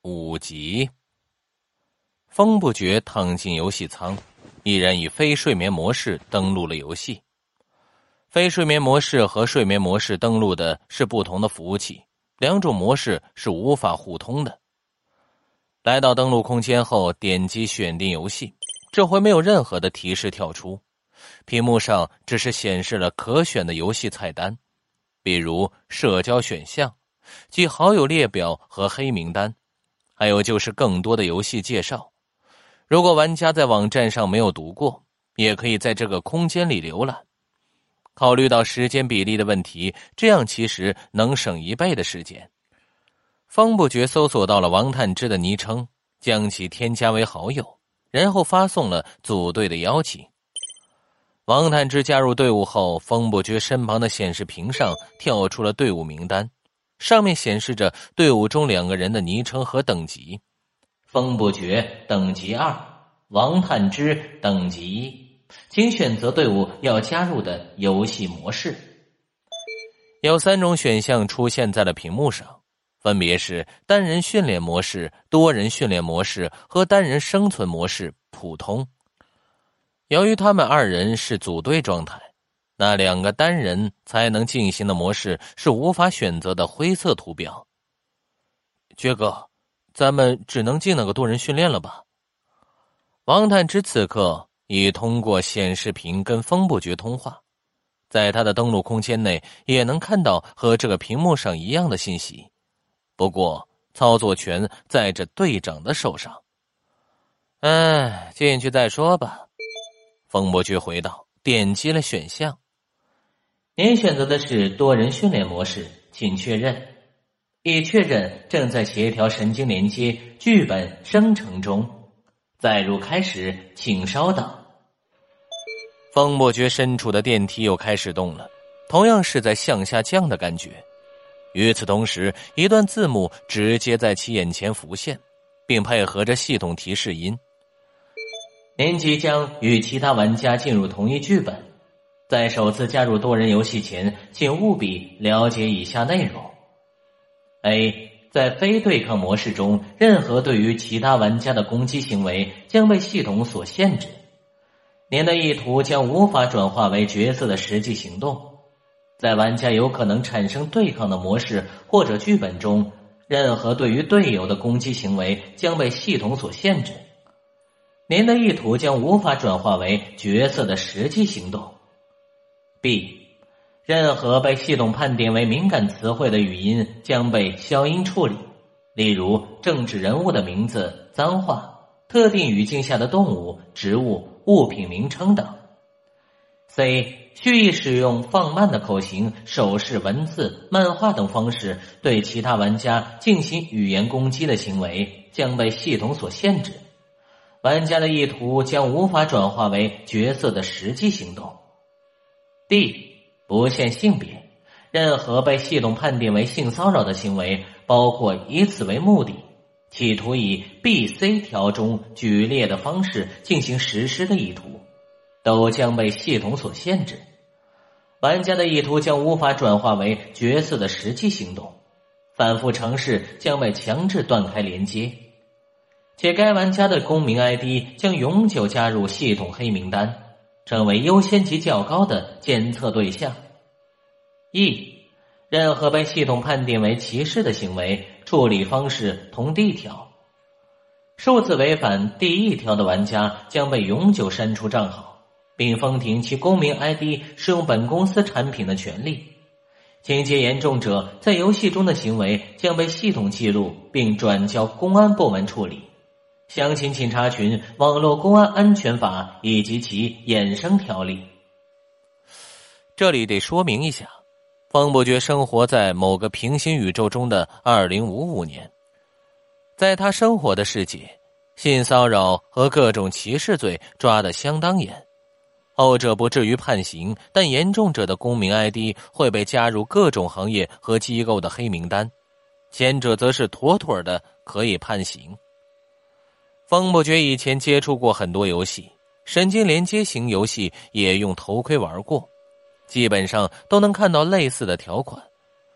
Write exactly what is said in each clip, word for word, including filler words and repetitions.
五集。风不觉躺进游戏舱，依然以非睡眠模式登录了游戏。非睡眠模式和睡眠模式登录的是不同的服务器，两种模式是无法互通的。来到登录空间后，点击选定游戏，这回没有任何的提示跳出，屏幕上只是显示了可选的游戏菜单，比如社交选项即好友列表和黑名单，还有就是更多的游戏介绍。如果玩家在网站上没有读过，也可以在这个空间里浏览。考虑到时间比例的问题，这样其实能省一倍的时间。方不觉搜索到了王探之的昵称，将其添加为好友，然后发送了组队的邀请。王探之加入队伍后，风不觉身旁的显示屏上跳出了队伍名单，上面显示着队伍中两个人的昵称和等级。风不觉等级二，王探之等级一，请选择队伍要加入的游戏模式。有三种选项出现在了屏幕上，分别是单人训练模式、多人训练模式和单人生存模式普通。由于他们二人是组队状态，那两个单人才能进行的模式是无法选择的灰色图标。爵哥，咱们只能进那个多人训练了吧？王探之此刻已通过显示屏跟风不觉通话，在他的登录空间内也能看到和这个屏幕上一样的信息，不过操作权在这队长的手上。哎，进去再说吧。风不觉回道，点击了选项。您选择的是多人训练模式，请确认。已确认，正在协调神经连接，剧本生成中。载入开始，请稍等。风不觉身处的电梯又开始动了，同样是在向下降的感觉。与此同时，一段字幕直接在其眼前浮现，并配合着系统提示音。您即将与其他玩家进入同一剧本，在首次加入多人游戏前，请务必了解以下内容。A. 在非对抗模式中，任何对于其他玩家的攻击行为将被系统所限制。您的意图将无法转化为角色的实际行动。在玩家有可能产生对抗的模式或者剧本中，任何对于队友的攻击行为将被系统所限制。您的意图将无法转化为角色的实际行动。B. 任何被系统判定为敏感词汇的语音将被消音处理，例如政治人物的名字、脏话、特定语境下的动物、植物、物品名称等。C. 蓄意使用放慢的口型、手势、文字、漫画等方式对其他玩家进行语言攻击的行为将被系统所限制。玩家的意图将无法转化为角色的实际行动。D. 不限性别，任何被系统判定为性骚扰的行为，包括以此为目的，企图以 B C 条中举列的方式进行实施的意图，都将被系统所限制。玩家的意图将无法转化为角色的实际行动，反复尝试将被强制断开连接，且该玩家的公民 I D 将永久加入系统黑名单，成为优先级较高的监测对象。E. 任何被系统判定为歧视的行为，处理方式同第一条。数次违反第一条的玩家将被永久删除账号，并封停其公民 I D 使用本公司产品的权利。情节严重者在游戏中的行为将被系统记录并转交公安部门处理。详情请查询《网络公安安全法》以及其衍生条例。这里得说明一下，风不觉生活在某个平行宇宙中的二零五五年，在他生活的世界，性骚扰和各种歧视罪抓得相当严，后者不至于判刑，但严重者的公民 I D 会被加入各种行业和机构的黑名单，前者则是妥妥的可以判刑。风不觉以前接触过很多游戏，神经连接型游戏也用头盔玩过，基本上都能看到类似的条款。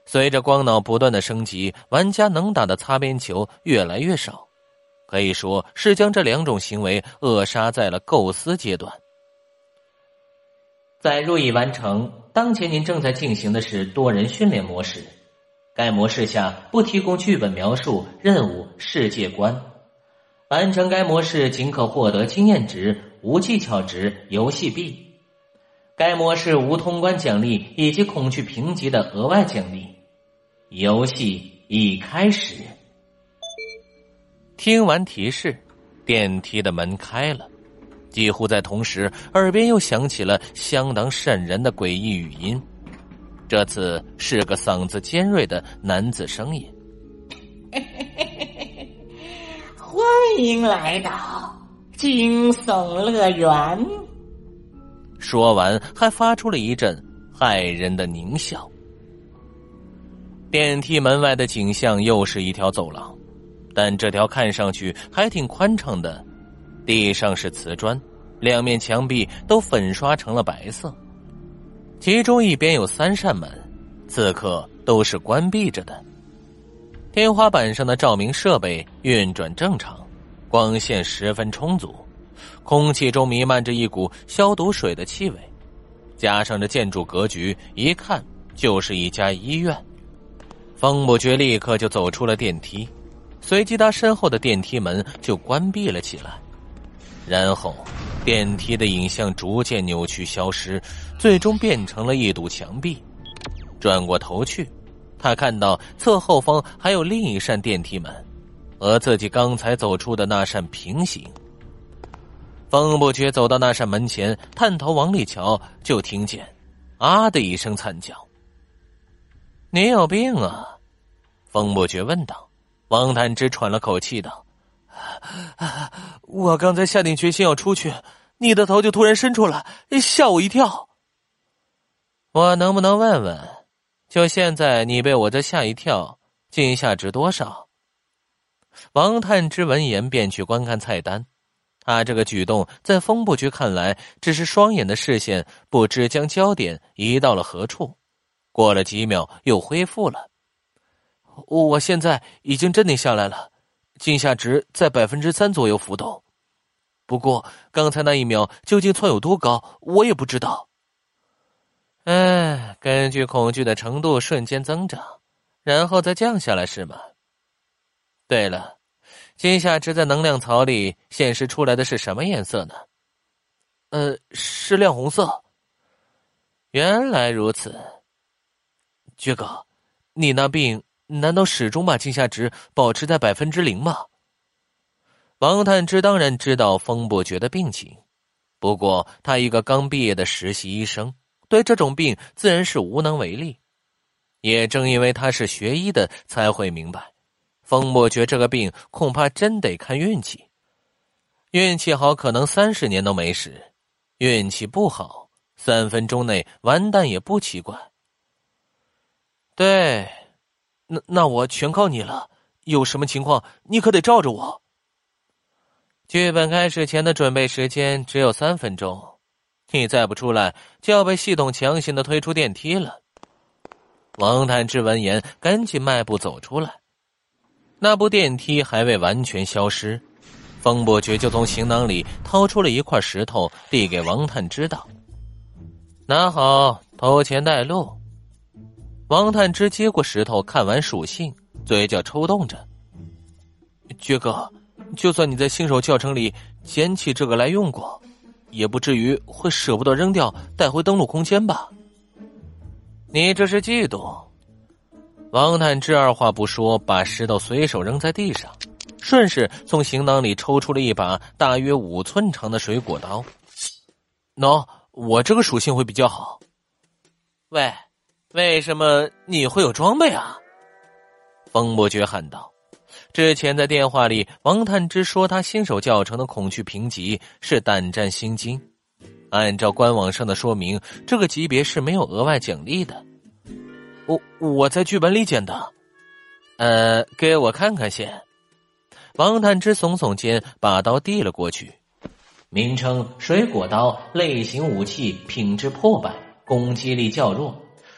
随着光脑不断的升级，玩家能打的擦边球越来越少，可以说是将这两种行为扼杀在了构思阶段。在入役完成，当前您正在进行的是多人训练模式。该模式下不提供剧本描述、任务、世界观。完成该模式仅可获得经验值、无技巧值、游戏币。该模式无通关奖励以及恐惧评级的额外奖励。游戏已开始。听完提示，电梯的门开了。几乎在同时，耳边又响起了相当瘆人的诡异语音。这次是个嗓子尖锐的男子声音。 欢迎来到惊悚乐园。 说完还发出了一阵骇人的狞笑。电梯门外的景象又是一条走廊，但这条看上去还挺宽敞的，地上是瓷砖，两面墙壁都粉刷成了白色。其中一边有三扇门，此刻都是关闭着的。天花板上的照明设备运转正常，光线十分充足，空气中弥漫着一股消毒水的气味，加上这建筑格局，一看就是一家医院。风不觉立刻就走出了电梯，随即他身后的电梯门就关闭了起来。然后电梯的影像逐渐扭曲消失，最终变成了一堵墙壁。转过头去，他看到侧后方还有另一扇电梯门，而自己刚才走出的那扇平行。风不觉走到那扇门前，探头往里瞧，就听见啊的一声惨叫。你有病啊？风不觉问道。王探之喘了口气道，我刚才下定决心要出去，你的头就突然伸出来，吓我一跳。我能不能问问，就现在你被我这吓一跳，惊吓值多少？王探之闻言便去观看菜单，他这个举动在风不觉看来，只是双眼的视线不知将焦点移到了何处，过了几秒又恢复了。我现在已经镇定下来了，惊吓值在百分之三左右浮动。不过刚才那一秒究竟窜有多高，我也不知道。哎，根据恐惧的程度瞬间增长，然后再降下来是吗？对了，惊吓值在能量槽里显示出来的是什么颜色呢？呃，是亮红色。原来如此。爵哥，你那病难道始终把惊吓值保持在百分之零吗？王探之当然知道风不觉的病情，不过他一个刚毕业的实习医生，对这种病自然是无能为力。也正因为他是学医的，才会明白，风不觉这个病恐怕真得看运气。运气好，可能三十年都没事；运气不好，三分钟内完蛋也不奇怪。对。那那我全靠你了，有什么情况你可得罩着我。剧本开始前的准备时间只有三分钟，你再不出来就要被系统强行的推出电梯了。王探之闻言赶紧迈步走出来。那部电梯还未完全消失，风不觉就从行囊里掏出了一块石头递给王探之道，拿好，头前带路。王探之接过石头，看完属性，嘴角抽动着。爵哥，就算你在新手教程里捡起这个来用过，也不至于会舍不得扔掉带回登录空间吧？你这是嫉妒。王探之二话不说，把石头随手扔在地上，顺势从行囊里抽出了一把大约五寸长的水果刀。喏，我这个属性会比较好。喂，为什么你会有装备啊？风不觉喊道。之前在电话里，王探之说他新手教程的恐惧评级是胆战心惊，按照官网上的说明，这个级别是没有额外奖励的。我我在剧本里捡的。呃，给我看看先。王探之耸耸肩，把刀递了过去。名称：水果刀，类型武器，品质破败，攻击力较弱，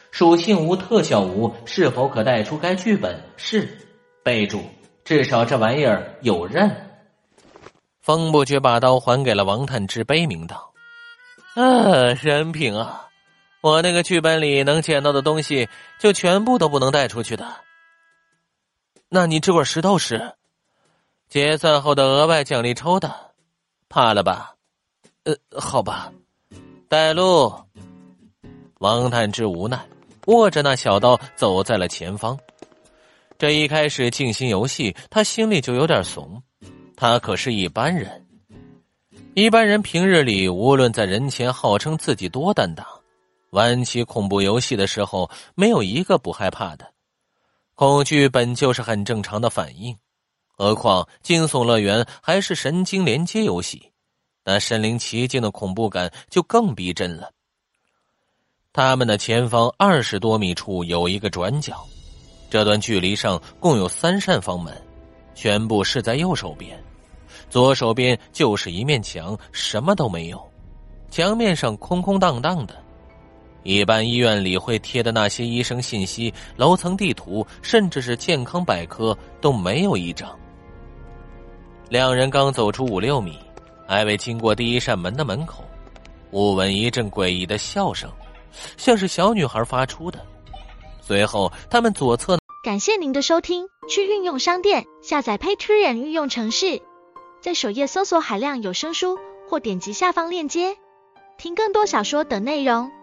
属性无特效无，是否可带出该剧本？是。备注：至少这玩意儿有刃。风不觉把刀还给了王探之，悲鸣道：啊，人品啊，我那个剧本里能捡到的东西就全部都不能带出去的。那你这块石头是结算后的额外奖励抽的，怕了吧？呃，好吧。带路。王探之无奈，握着那小刀走在了前方。这一开始进行游戏，他心里就有点怂。他可是一般人，一般人平日里无论在人前号称自己多担当，玩起恐怖游戏的时候没有一个不害怕的。恐惧本就是很正常的反应，何况惊悚乐园还是神经连接游戏，那身临其境的恐怖感就更逼真了。他们的前方二十多米处有一个转角，这段距离上共有三扇房门，全部是在右手边，左手边就是一面墙，什么都没有，墙面上空空荡荡的。一般医院里会贴的那些医生信息、楼层地图，甚至是健康百科都没有一张。两人刚走出五六米，还未经过第一扇门的门口，误闻一阵诡异的笑声，像是小女孩发出的。随后他们左侧， 感谢您的收听，去运用商店下载 Patreon 运用程式，在首页搜索海量有声书，或点击下方链接听更多小说等内容。